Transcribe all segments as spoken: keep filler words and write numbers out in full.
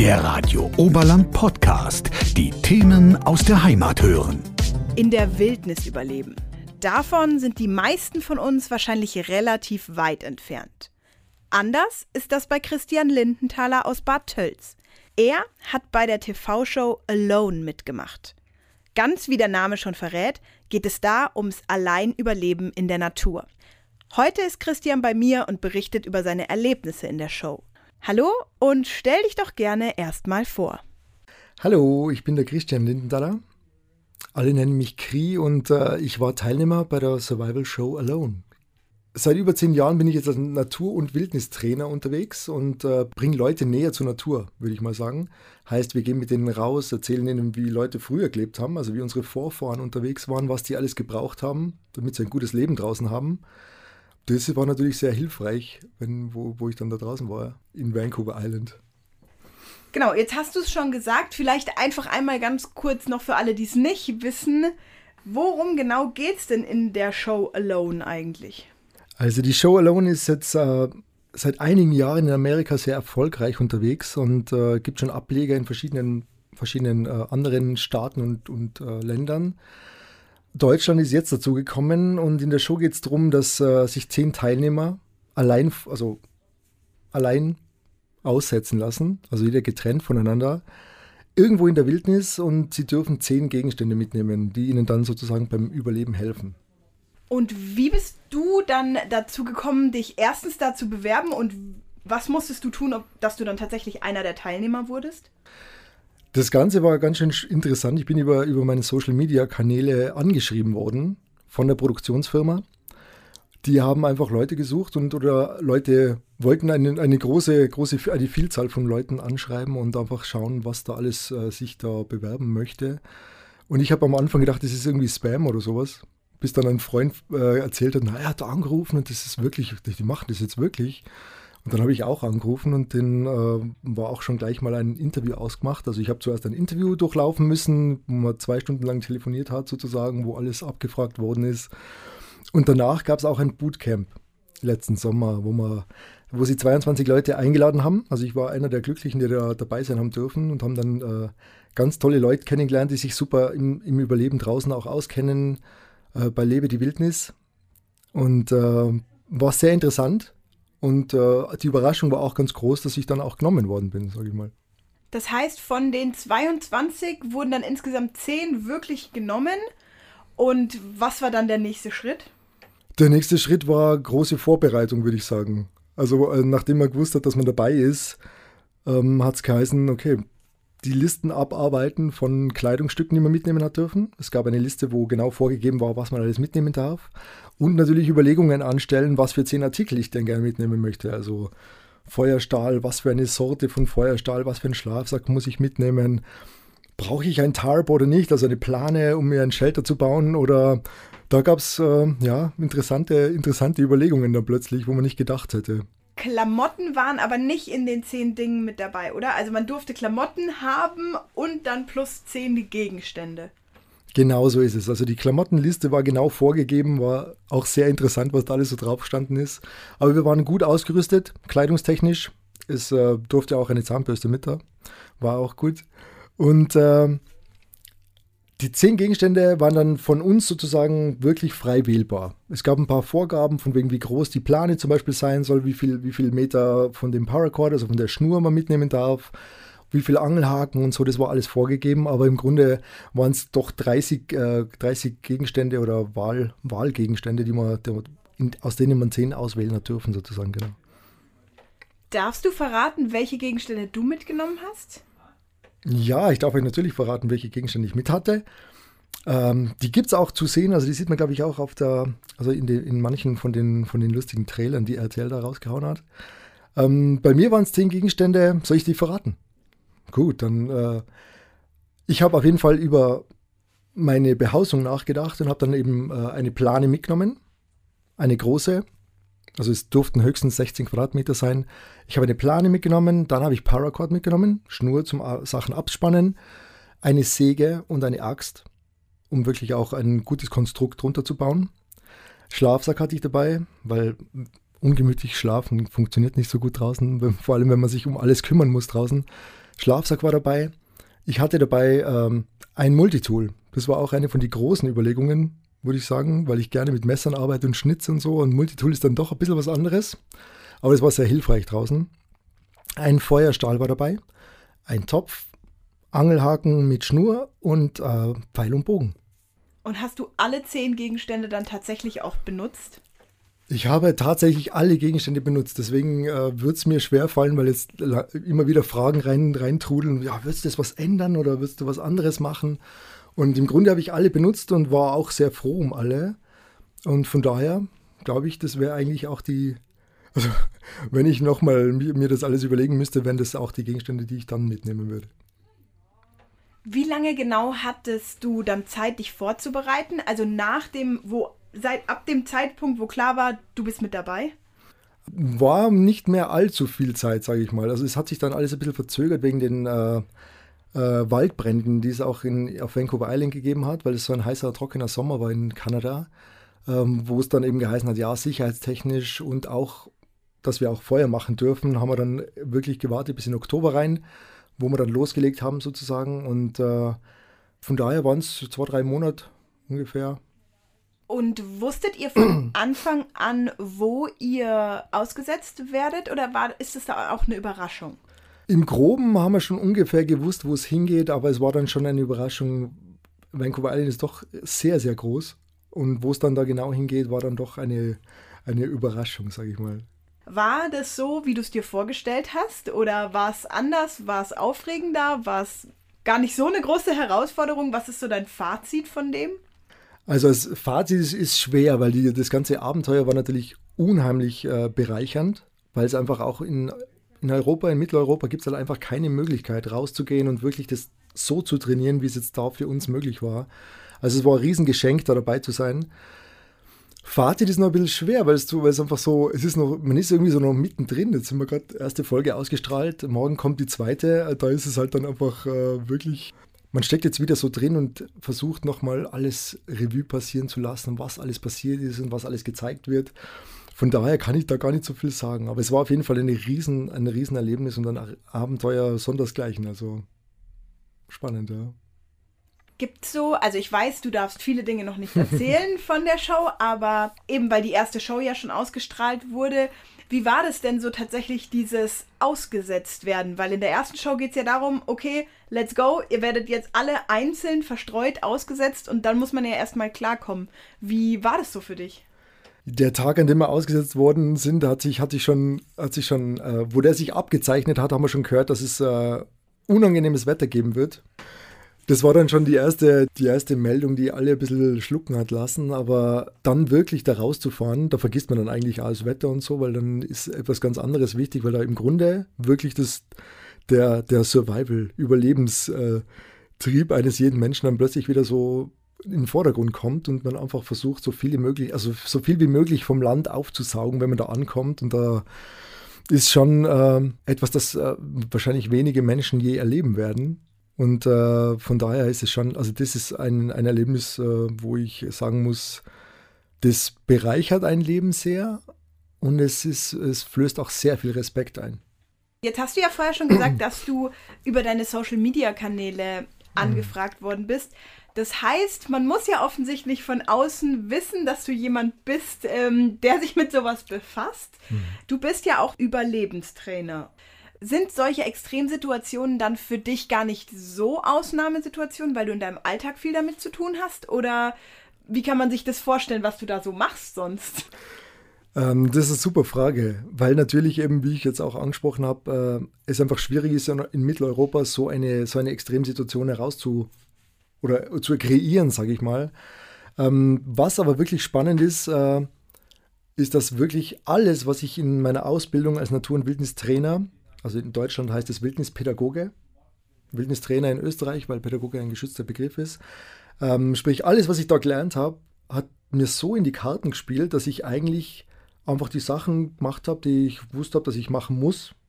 Der Radio Oberland Podcast. Die Themen aus der Heimat hören. In der Wildnis überleben. Davon sind die meisten von uns wahrscheinlich relativ weit entfernt. Anders ist das bei Christian Lindenthaler aus Bad Tölz. Er hat bei der T V-Show Alone mitgemacht. Ganz wie der Name schon verrät, geht es da ums Alleinüberleben in der Natur. Heute ist Christian bei mir und berichtet über seine Erlebnisse in der Show. Hallo und stell dich doch gerne erstmal vor. Hallo, ich bin der Christian Lindenthaler. Alle nennen mich Kri und äh, ich war Teilnehmer bei der Survival Show Alone. Seit über zehn Jahren bin ich jetzt als Natur- und Wildnistrainer unterwegs und äh, bringe Leute näher zur Natur, würde ich mal sagen. Heißt, wir gehen mit denen raus, erzählen ihnen, wie Leute früher gelebt haben, also wie unsere Vorfahren unterwegs waren, was die alles gebraucht haben, damit sie ein gutes Leben draußen haben. Das war natürlich sehr hilfreich, wenn, wo, wo ich dann da draußen war, in Vancouver Island. Genau, jetzt hast du es schon gesagt, vielleicht einfach einmal ganz kurz noch für alle, die es nicht wissen. Worum genau geht es denn in der Show Alone eigentlich? Also die Show Alone ist jetzt äh, seit einigen Jahren in Amerika sehr erfolgreich unterwegs und äh, gibt schon Ableger in verschiedenen, verschiedenen äh, anderen Staaten und, und äh, Ländern. Deutschland ist jetzt dazu gekommen und in der Show geht es darum, dass äh, sich zehn Teilnehmer allein, also allein aussetzen lassen, also jeder getrennt voneinander, irgendwo in der Wildnis, und sie dürfen zehn Gegenstände mitnehmen, die ihnen dann sozusagen beim Überleben helfen. Und wie bist du dann dazu gekommen, dich erstens da zu bewerben, und was musstest du tun, ob, dass du dann tatsächlich einer der Teilnehmer wurdest? Das Ganze war ganz schön interessant. Ich bin über, über meine Social-Media-Kanäle angeschrieben worden von der Produktionsfirma. Die haben einfach Leute gesucht und oder Leute wollten eine, eine große, große eine Vielzahl von Leuten anschreiben und einfach schauen, was da alles äh, sich da bewerben möchte. Und ich habe am Anfang gedacht, das ist irgendwie Spam oder sowas. Bis dann ein Freund äh, erzählt hat, na, er hat angerufen und das ist wirklich, die machen das jetzt wirklich. Und dann habe ich auch angerufen und dann äh, war auch schon gleich mal ein Interview ausgemacht. Also ich habe zuerst ein Interview durchlaufen müssen, wo man zwei Stunden lang telefoniert hat sozusagen, wo alles abgefragt worden ist. Und danach gab es auch ein Bootcamp letzten Sommer, wo, man, wo sie zweiundzwanzig Leute eingeladen haben. Also ich war einer der Glücklichen, die da dabei sein haben dürfen, und haben dann äh, ganz tolle Leute kennengelernt, die sich super im, im Überleben draußen auch auskennen, äh, bei Lebe die Wildnis. Und äh, war sehr interessant. Und äh, die Überraschung war auch ganz groß, dass ich dann auch genommen worden bin, sage ich mal. Das heißt, von den zweiundzwanzig wurden dann insgesamt zehn wirklich genommen. Und was war dann der nächste Schritt? Der nächste Schritt war große Vorbereitung, würde ich sagen. Also äh, nachdem man gewusst hat, dass man dabei ist, ähm, hat es geheißen, okay, die Listen abarbeiten von Kleidungsstücken, die man mitnehmen hat dürfen. Es gab eine Liste, wo genau vorgegeben war, was man alles mitnehmen darf. Und natürlich Überlegungen anstellen, was für zehn Artikel ich denn gerne mitnehmen möchte. Also Feuerstahl, was für eine Sorte von Feuerstahl, was für einen Schlafsack muss ich mitnehmen? Brauche ich ein Tarp oder nicht? Also eine Plane, um mir ein Shelter zu bauen? Oder da gab es äh, ja, interessante, interessante Überlegungen dann plötzlich, wo man nicht gedacht hätte. Klamotten waren aber nicht in den zehn Dingen mit dabei, oder? Also man durfte Klamotten haben und dann plus zehn die Gegenstände. Genau so ist es. Also die Klamottenliste war genau vorgegeben, war auch sehr interessant, was da alles so drauf gestanden ist. Aber wir waren gut ausgerüstet, kleidungstechnisch. Es äh, durfte auch eine Zahnbürste mit da, war auch gut. Und äh, die zehn Gegenstände waren dann von uns sozusagen wirklich frei wählbar. Es gab ein paar Vorgaben, von wegen wie groß die Plane zum Beispiel sein soll, wie viel, wie viel Meter von dem Paracord, also von der Schnur, man mitnehmen darf, wie viele Angelhaken und so, das war alles vorgegeben. Aber im Grunde waren es doch dreißig, äh, dreißig Gegenstände oder Wahl, Wahlgegenstände, die man, die, aus denen man zehn auswählen hat dürfen sozusagen, genau. Darfst du verraten, welche Gegenstände du mitgenommen hast? Ja, ich darf euch natürlich verraten, welche Gegenstände ich mit hatte. Ähm, die gibt es auch zu sehen, also die sieht man, glaube ich, auch auf der, also in, den, in manchen von den, von den lustigen Trailern, die R T L da rausgehauen hat. Ähm, bei mir waren es zehn Gegenstände, soll ich die verraten? Gut, dann, äh, ich habe auf jeden Fall über meine Behausung nachgedacht und habe dann eben äh, eine Plane mitgenommen, eine große. Also es durften höchstens sechzehn Quadratmeter sein. Ich habe eine Plane mitgenommen, dann habe ich Paracord mitgenommen, Schnur zum Sachen abspannen, eine Säge und eine Axt, um wirklich auch ein gutes Konstrukt drunter zu bauen. Schlafsack hatte ich dabei, weil ungemütlich schlafen, funktioniert nicht so gut draußen, vor allem wenn man sich um alles kümmern muss draußen. Schlafsack war dabei. Ich hatte dabei ähm, ein Multitool. Das war auch eine von den großen Überlegungen, würde ich sagen, weil ich gerne mit Messern arbeite und Schnitz und so. Und Multitool ist dann doch ein bisschen was anderes. Aber es war sehr hilfreich draußen. Ein Feuerstahl war dabei, ein Topf, Angelhaken mit Schnur und äh, Pfeil und Bogen. Und hast du alle zehn Gegenstände dann tatsächlich auch benutzt? Ich habe tatsächlich alle Gegenstände benutzt, deswegen äh, wird es mir schwerfallen, weil jetzt la- immer wieder Fragen rein, reintrudeln. Ja, würdest du das was ändern oder würdest du was anderes machen? Und im Grunde habe ich alle benutzt und war auch sehr froh um alle. Und von daher glaube ich, das wäre eigentlich auch die, also wenn ich nochmal mir, mir das alles überlegen müsste, wären das auch die Gegenstände, die ich dann mitnehmen würde. Wie lange genau hattest du dann Zeit, dich vorzubereiten? Also nach dem, wo seit ab dem Zeitpunkt, wo klar war, du bist mit dabei? War nicht mehr allzu viel Zeit, sage ich mal. Also es hat sich dann alles ein bisschen verzögert wegen den äh, äh, Waldbränden, die es auch in, auf Vancouver Island gegeben hat, weil es so ein heißer, trockener Sommer war in Kanada, ähm, wo es dann eben geheißen hat, ja, sicherheitstechnisch und auch, dass wir auch Feuer machen dürfen, haben wir dann wirklich gewartet bis in Oktober rein, wo wir dann losgelegt haben sozusagen. Und äh, von daher waren es zwei, drei Monate ungefähr. Und wusstet ihr von Anfang an, wo ihr ausgesetzt werdet, oder war, ist es da auch eine Überraschung? Im Groben haben wir schon ungefähr gewusst, wo es hingeht, aber es war dann schon eine Überraschung. Vancouver Island ist doch sehr, sehr groß und wo es dann da genau hingeht, war dann doch eine, eine Überraschung, sage ich mal. War das so, wie du es dir vorgestellt hast, oder war es anders, war es aufregender, war es gar nicht so eine große Herausforderung? Was ist so dein Fazit von dem? Also das Fazit ist, ist schwer, weil die, das ganze Abenteuer war natürlich unheimlich äh, bereichernd, weil es einfach auch in, in Europa, in Mitteleuropa gibt es halt einfach keine Möglichkeit rauszugehen und wirklich das so zu trainieren, wie es jetzt da für uns möglich war. Also es war ein Riesengeschenk, da dabei zu sein. Fazit ist noch ein bisschen schwer, weil es, weil es einfach so, es ist noch, man ist irgendwie so noch mittendrin. Jetzt sind wir gerade erste Folge ausgestrahlt, morgen kommt die zweite, da ist es halt dann einfach äh, wirklich... Man steckt jetzt wieder so drin und versucht nochmal alles Revue passieren zu lassen, was alles passiert ist und was alles gezeigt wird. Von daher kann ich da gar nicht so viel sagen. Aber es war auf jeden Fall eine riesen, ein Riesenerlebnis und ein Abenteuer sondersgleichen. Also spannend, ja. Gibt es so, also ich weiß, du darfst viele Dinge noch nicht erzählen von der Show, aber eben weil die erste Show ja schon ausgestrahlt wurde, wie war das denn so tatsächlich, dieses ausgesetzt werden? Weil in der ersten Show geht es ja darum, okay, let's go, ihr werdet jetzt alle einzeln verstreut ausgesetzt und dann muss man ja erstmal klarkommen. Wie war das so für dich? Der Tag, an dem wir ausgesetzt worden sind, hat sich, hat sich schon, hat sich schon äh, wo der sich abgezeichnet hat, haben wir schon gehört, dass es äh, unangenehmes Wetter geben wird. Das war dann schon die erste, die erste Meldung, die alle ein bisschen schlucken hat lassen, aber dann wirklich da rauszufahren, da vergisst man dann eigentlich auch das Wetter und so, weil dann ist etwas ganz anderes wichtig, weil da im Grunde wirklich das, der, der Survival-Überlebenstrieb eines jeden Menschen dann plötzlich wieder so in den Vordergrund kommt und man einfach versucht, so viel wie möglich, also so viel wie möglich vom Land aufzusaugen, wenn man da ankommt, und da ist schon äh, etwas, das äh, wahrscheinlich wenige Menschen je erleben werden. Und äh, von daher ist es schon, also das ist ein, ein Erlebnis, äh, wo ich sagen muss, das bereichert ein Leben sehr und es, ist, es flößt auch sehr viel Respekt ein. Jetzt hast du ja vorher schon gesagt, dass du über deine Social-Media-Kanäle angefragt worden bist. Das heißt, man muss ja offensichtlich von außen wissen, dass du jemand bist, ähm, der sich mit sowas befasst. Mhm. Du bist ja auch Überlebenstrainer. Sind solche Extremsituationen dann für dich gar nicht so Ausnahmesituationen, weil du in deinem Alltag viel damit zu tun hast? Oder wie kann man sich das vorstellen, was du da so machst sonst? Ähm, das ist eine super Frage, weil natürlich eben, wie ich jetzt auch angesprochen habe, äh, es einfach schwierig ist, in Mitteleuropa so eine, so eine Extremsituation herauszu oder zu kreieren, sage ich mal. Ähm, was aber wirklich spannend ist, äh, ist, dass wirklich alles, was ich in meiner Ausbildung als Natur- und Wildnistrainer, also in Deutschland heißt es Wildnispädagoge, Wildnistrainer in Österreich, weil Pädagoge ein geschützter Begriff ist. Ähm, sprich, alles, was ich da gelernt habe, hat mir so in die Karten gespielt, dass ich eigentlich einfach die Sachen gemacht habe, die ich gewusst habe, dass ich machen muss.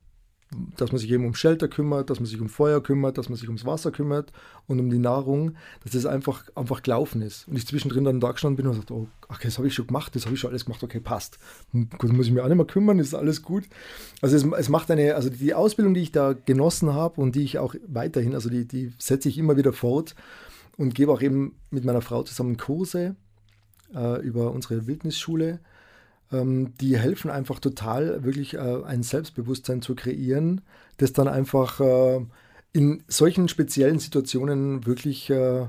dass man sich eben um Shelter kümmert, dass man sich um Feuer kümmert, dass man sich ums Wasser kümmert und um die Nahrung, dass das einfach, einfach gelaufen ist. Und ich zwischendrin dann da gestanden bin und gesagt, oh, okay, das habe ich schon gemacht, das habe ich schon alles gemacht, okay, passt. Gut, muss ich mir auch nicht mehr kümmern, ist alles gut. Also es, es macht eine, also die Ausbildung, die ich da genossen habe und die ich auch weiterhin, also die, die setze ich immer wieder fort und gebe auch eben mit meiner Frau zusammen Kurse äh, über unsere Wildnisschule. Die helfen einfach total, wirklich äh, ein Selbstbewusstsein zu kreieren, das dann einfach äh, in solchen speziellen Situationen wirklich, äh,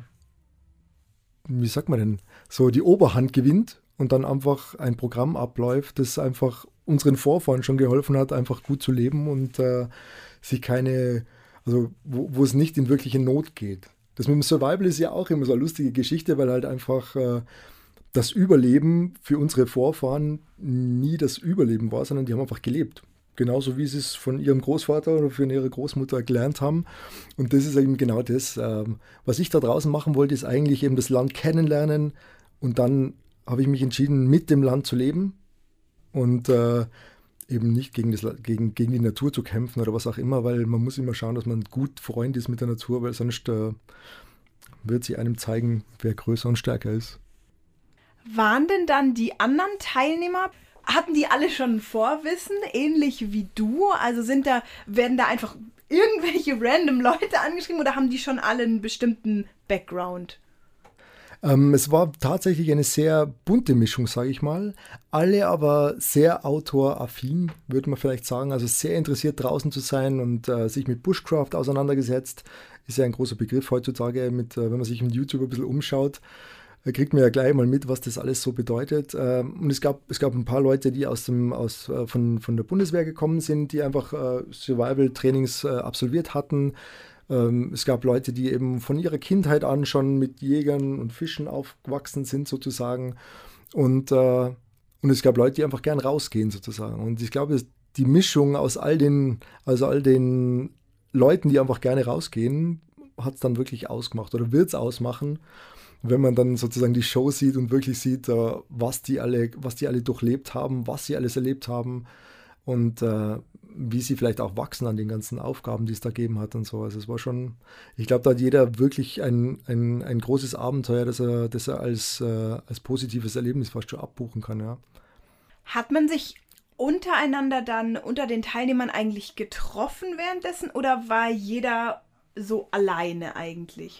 wie sagt man denn, so die Oberhand gewinnt und dann einfach ein Programm abläuft, das einfach unseren Vorfahren schon geholfen hat, einfach gut zu leben und äh, sich keine, also wo, wo es nicht in wirkliche Not geht. Das mit dem Survival ist ja auch immer so eine lustige Geschichte, weil halt einfach äh, das Überleben für unsere Vorfahren nie das Überleben war, sondern die haben einfach gelebt. Genauso wie sie es von ihrem Großvater oder von ihrer Großmutter gelernt haben. Und das ist eben genau das. Ähm, was ich da draußen machen wollte, ist eigentlich eben das Land kennenlernen. Und dann habe ich mich entschieden, mit dem Land zu leben und äh, eben nicht gegen, das, gegen, gegen die Natur zu kämpfen oder was auch immer, weil man muss immer schauen, dass man gut Freund ist mit der Natur, weil sonst äh, wird sie einem zeigen, wer größer und stärker ist. Waren denn dann die anderen Teilnehmer, hatten die alle schon ein Vorwissen, ähnlich wie du? Also sind da, werden da einfach irgendwelche random Leute angeschrieben oder haben die schon alle einen bestimmten Background? Ähm, es war tatsächlich eine sehr bunte Mischung, sage ich mal. Alle aber sehr outdoor-affin, würde man vielleicht sagen. Also sehr interessiert draußen zu sein und äh, sich mit Bushcraft auseinandergesetzt. Ist ja ein großer Begriff heutzutage, mit, äh, wenn man sich im YouTube ein bisschen umschaut. Kriegt man ja gleich mal mit, was das alles so bedeutet. Und es gab, es gab ein paar Leute, die aus dem, aus, von, von der Bundeswehr gekommen sind, die einfach Survival-Trainings absolviert hatten. Es gab Leute, die eben von ihrer Kindheit an schon mit Jägern und Fischen aufgewachsen sind sozusagen. Und, und es gab Leute, die einfach gern rausgehen sozusagen. Und ich glaube, die Mischung aus all den, also all den Leuten, die einfach gerne rausgehen, hat es dann wirklich ausgemacht oder wird es ausmachen. Wenn man dann sozusagen die Show sieht und wirklich sieht, was die alle, was die alle durchlebt haben, was sie alles erlebt haben und äh, wie sie vielleicht auch wachsen an den ganzen Aufgaben, die es da gegeben hat und so. Also es war schon, ich glaube, da hat jeder wirklich ein, ein, ein großes Abenteuer, das er, das er als, äh, als positives Erlebnis fast schon abbuchen kann, ja. Hat man sich untereinander dann unter den Teilnehmern eigentlich getroffen währenddessen oder war jeder so alleine eigentlich?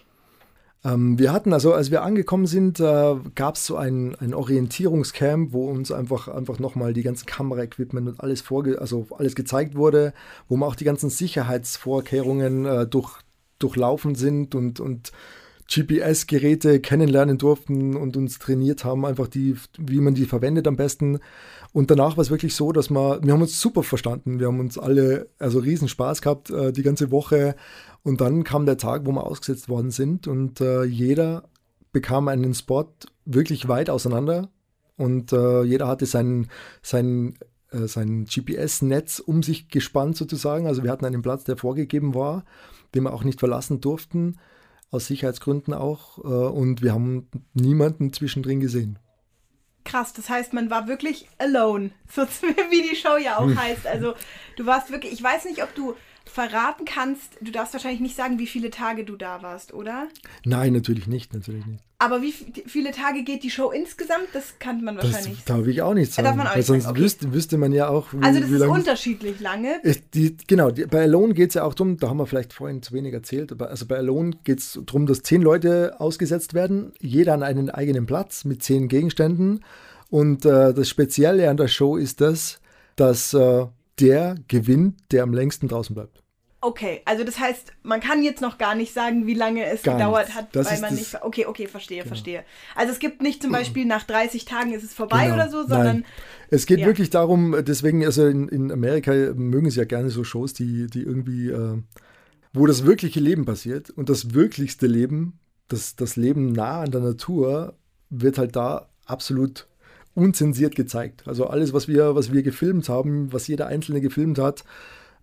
Wir hatten, also als wir angekommen sind, äh, gab es so ein, ein Orientierungscamp, wo uns einfach, einfach nochmal die ganzen Kameraequipment und alles vorge also alles gezeigt wurde, wo wir auch die ganzen Sicherheitsvorkehrungen äh, durch, durchlaufen sind und, und G P S-Geräte kennenlernen durften und uns trainiert haben, einfach die, wie man die verwendet am besten. Und danach war es wirklich so, dass wir, wir haben uns super verstanden, wir haben uns alle, also riesen Spaß gehabt, äh, die ganze Woche. Und dann kam der Tag, wo wir ausgesetzt worden sind und äh, jeder bekam einen Spot wirklich weit auseinander und äh, jeder hatte sein, sein, äh, sein G P S-Netz um sich gespannt sozusagen. Also wir hatten einen Platz, der vorgegeben war, den wir auch nicht verlassen durften, aus Sicherheitsgründen auch. Äh, und wir haben niemanden zwischendrin gesehen. Krass, das heißt, man war wirklich alone, so wie die Show ja auch heißt. Also du warst wirklich, ich weiß nicht, ob du verraten kannst, du darfst wahrscheinlich nicht sagen, wie viele Tage du da warst, oder? Nein, natürlich nicht, natürlich nicht. Aber wie viele Tage geht die Show insgesamt? Das kann man wahrscheinlich. Das darf ich auch nicht sagen. Darf man auch weil nicht sonst sagen, okay. wüsste, wüsste man ja auch, wie, also das wie ist lange unterschiedlich lange. Es, die, genau, die, bei Alone geht es ja auch darum, da haben wir vielleicht vorhin zu wenig erzählt, aber also bei Alone geht es darum, dass zehn Leute ausgesetzt werden, jeder an einen eigenen Platz mit zehn Gegenständen. Und äh, das Spezielle an der Show ist das, dass äh, der gewinnt, der am längsten draußen bleibt. Okay, also das heißt, man kann jetzt noch gar nicht sagen, wie lange es gar gedauert nichts. hat, das weil man das, nicht... Okay, okay, verstehe, genau. verstehe. Also es gibt nicht zum Beispiel nach dreißig Tagen ist es vorbei genau. oder so, sondern... Nein. Es geht ja. wirklich darum, deswegen, also in, in Amerika mögen sie ja gerne so Shows, die, die irgendwie, äh, wo das wirkliche Leben passiert und das wirklichste Leben, das, das Leben nah an der Natur, wird halt da absolut unzensiert gezeigt. Also alles, was wir, was wir gefilmt haben, was jeder Einzelne gefilmt hat,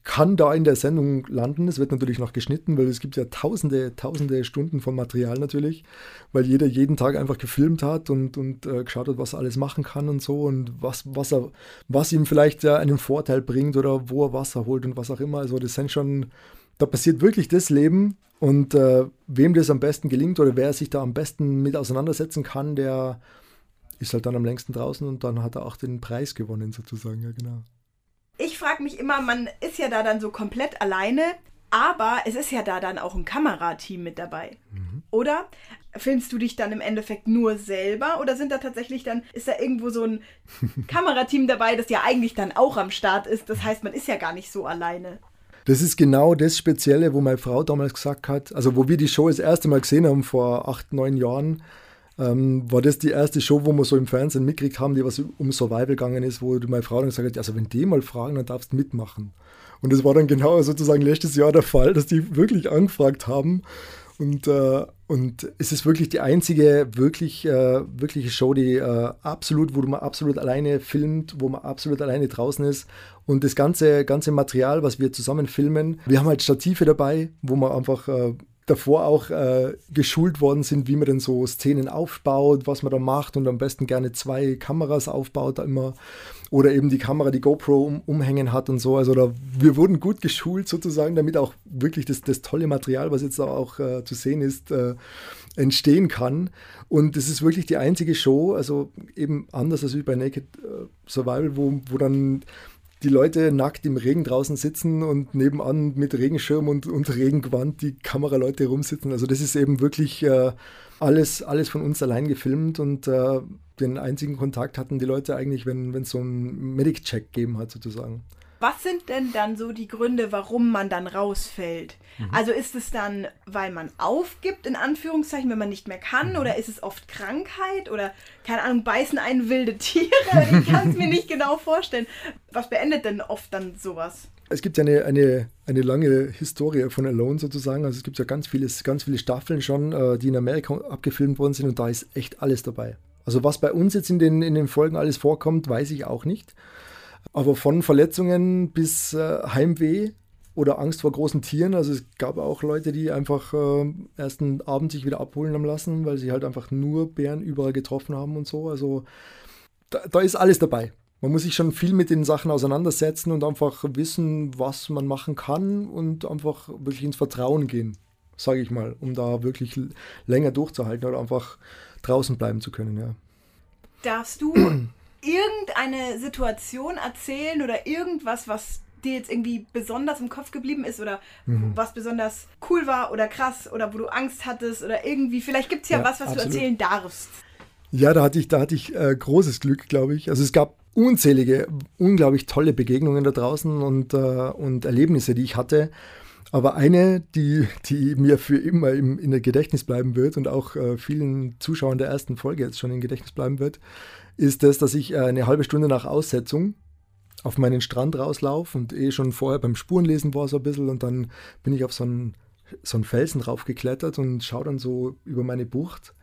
kann da in der Sendung landen. Es wird natürlich noch geschnitten, weil es gibt ja tausende, tausende Stunden von Material natürlich, weil jeder jeden Tag einfach gefilmt hat und, und äh, geschaut hat, was er alles machen kann und so und was, was, er, was ihm vielleicht ja einen Vorteil bringt oder wo er Wasser holt und was auch immer. Also das sind schon, da passiert wirklich das Leben und äh, wem das am besten gelingt oder wer sich da am besten mit auseinandersetzen kann, der ist halt dann am längsten draußen und dann hat er auch den Preis gewonnen sozusagen, ja genau. Ich frage mich immer, man ist ja da dann so komplett alleine, aber es ist ja da dann auch ein Kamerateam mit dabei, mhm. oder? Filmst du dich dann im Endeffekt nur selber oder sind da tatsächlich dann, ist da irgendwo so ein Kamerateam dabei, das ja eigentlich dann auch am Start ist? Das heißt, man ist ja gar nicht so alleine. Das ist genau das Spezielle, wo meine Frau damals gesagt hat, also wo wir die Show das erste Mal gesehen haben, vor acht, neun Jahren, Ähm, war das die erste Show, wo wir so im Fernsehen mitgekriegt haben, die was um Survival gegangen ist, wo meine Frau dann gesagt hat, also wenn die mal fragen, dann darfst du mitmachen. Und das war dann genau sozusagen letztes Jahr der Fall, dass die wirklich angefragt haben. Und, äh, und es ist wirklich die einzige wirklich, äh, wirkliche Show, die äh, absolut, wo man absolut alleine filmt, wo man absolut alleine draußen ist. Und das ganze, ganze Material, was wir zusammen filmen, wir haben halt Stative dabei, wo man einfach äh, davor auch äh, geschult worden sind, wie man denn so Szenen aufbaut, was man da macht und am besten gerne zwei Kameras aufbaut immer oder eben die Kamera, die GoPro um, umhängen hat und so. Also da, wir wurden gut geschult sozusagen, damit auch wirklich das, das tolle Material, was jetzt da auch äh, zu sehen ist, äh, entstehen kann. Und das ist wirklich die einzige Show, also eben anders als wie bei Naked äh, Survival, wo, wo dann die Leute nackt im Regen draußen sitzen und nebenan mit Regenschirm und, und Regengewand die Kameraleute rumsitzen. Also das ist eben wirklich äh, alles, alles von uns allein gefilmt und äh, den einzigen Kontakt hatten die Leute eigentlich, wenn es so einen Medic-Check gegeben hat sozusagen. Was sind denn dann so die Gründe, warum man dann rausfällt? Mhm. Also ist es dann, weil man aufgibt, in Anführungszeichen, wenn man nicht mehr kann? Mhm. Oder ist es oft Krankheit? Oder, keine Ahnung, beißen einen wilde Tiere? Ich kann es mir nicht genau vorstellen. Was beendet denn oft dann sowas? Es gibt ja eine, eine, eine lange Historie von Alone sozusagen. Also es gibt ja ganz, vieles, ganz viele Staffeln schon, die in Amerika abgefilmt worden sind und da ist echt alles dabei. Also was bei uns jetzt in den, in den Folgen alles vorkommt, weiß ich auch nicht. Aber von Verletzungen bis äh, Heimweh oder Angst vor großen Tieren. Also es gab auch Leute, die einfach äh, erst einen Abend sich wieder abholen haben lassen, weil sie halt einfach nur Bären überall getroffen haben und so. Also da, da ist alles dabei. Man muss sich schon viel mit den Sachen auseinandersetzen und einfach wissen, was man machen kann und einfach wirklich ins Vertrauen gehen, sage ich mal, um da wirklich länger durchzuhalten oder einfach draußen bleiben zu können. Ja. Darfst du irgendeine Situation erzählen oder irgendwas, was dir jetzt irgendwie besonders im Kopf geblieben ist oder mhm. was besonders cool war oder krass oder wo du Angst hattest oder irgendwie, vielleicht gibt es ja, ja was, was absolut. Du erzählen darfst. Ja, da hatte ich, da hatte ich äh, großes Glück, glaube ich. Also es gab unzählige, unglaublich tolle Begegnungen da draußen und, äh, und Erlebnisse, die ich hatte. Aber eine, die, die mir für immer im, in der Gedächtnis bleiben wird und auch äh, vielen Zuschauern der ersten Folge jetzt schon im Gedächtnis bleiben wird, ist das, dass ich äh, eine halbe Stunde nach Aussetzung auf meinen Strand rauslaufe und eh schon vorher beim Spurenlesen war so ein bisschen und dann bin ich auf so einen, so einen Felsen draufgeklettert und schaue dann so über meine Bucht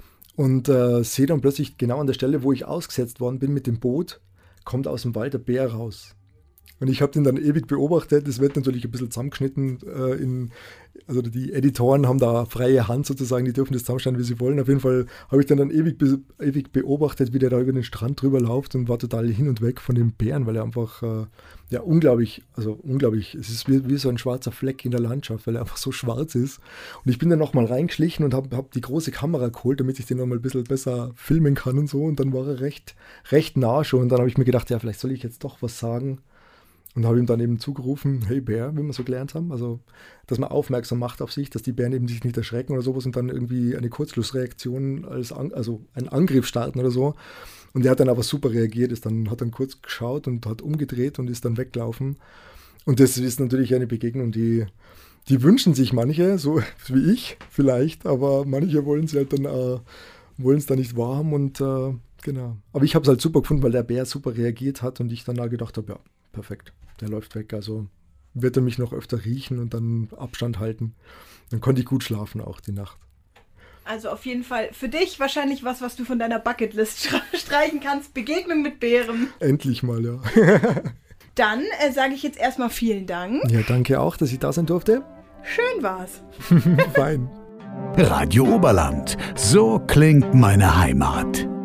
und äh, sehe dann plötzlich genau an der Stelle, wo ich ausgesetzt worden bin mit dem Boot, kommt aus dem Wald der Bär raus. Und ich habe den dann ewig beobachtet. Das wird natürlich ein bisschen zusammengeschnitten. Äh, in, also die Editoren haben da freie Hand sozusagen, die dürfen das zusammenschneiden, wie sie wollen. Auf jeden Fall habe ich den dann ewig, be- ewig beobachtet, wie der da über den Strand drüber läuft und war total hin und weg von dem Bären, weil er einfach äh, ja unglaublich, also unglaublich, es ist wie, wie so ein schwarzer Fleck in der Landschaft, weil er einfach so schwarz ist. Und ich bin dann nochmal reingeschlichen und habe hab die große Kamera geholt, damit ich den nochmal ein bisschen besser filmen kann und so. Und dann war er recht, recht nah schon. Und dann habe ich mir gedacht, ja, vielleicht soll ich jetzt doch was sagen. Und habe ihm dann eben zugerufen, hey Bär, wie wir so gelernt haben, also dass man aufmerksam macht auf sich, dass die Bären eben sich nicht erschrecken oder sowas und dann irgendwie eine Kurzschlussreaktion, als An- also einen Angriff starten oder so. Und er hat dann aber super reagiert, ist dann, hat dann kurz geschaut und hat umgedreht und ist dann weggelaufen. Und das ist natürlich eine Begegnung, die, die wünschen sich manche, so wie ich vielleicht, aber manche wollen sie halt dann, äh, wollen es dann nicht wahrhaben und äh, genau. Aber ich habe es halt super gefunden, weil der Bär super reagiert hat und ich dann da gedacht habe, ja, perfekt. Der läuft weg, also wird er mich noch öfter riechen und dann Abstand halten. Dann konnte ich gut schlafen auch die Nacht. Also auf jeden Fall für dich wahrscheinlich was, was du von deiner Bucketlist streichen kannst. Begegnung mit Bären. Endlich mal, ja. Dann äh, sage ich jetzt erstmal vielen Dank. Ja, danke auch, dass ich da sein durfte. Schön war's. Fein. Radio Oberland. So klingt meine Heimat.